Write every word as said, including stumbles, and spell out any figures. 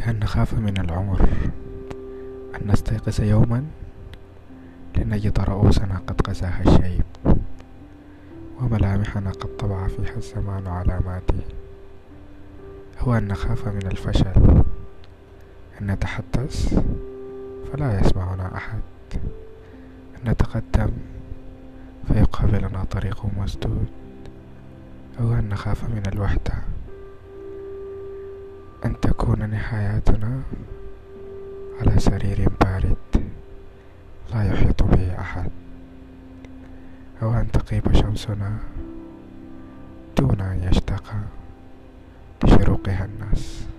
أن نخاف من العمر، أن نستيقظ يوما لنجد رؤوسنا قد غزاها الشيب، وملامحنا قد طبع فيها الزمان علاماته. هو أن نخاف من الفشل، أن نتحدث فلا يسمعنا أحد، أن نتقدم فيقابلنا طريق مسدود. هو أن نخاف من الوحدة، أن تكون نهاياتنا على سرير بارد لا يحيط به أحد، أو أن تغيب شمسنا دون أن يشتاق لشروقها الناس.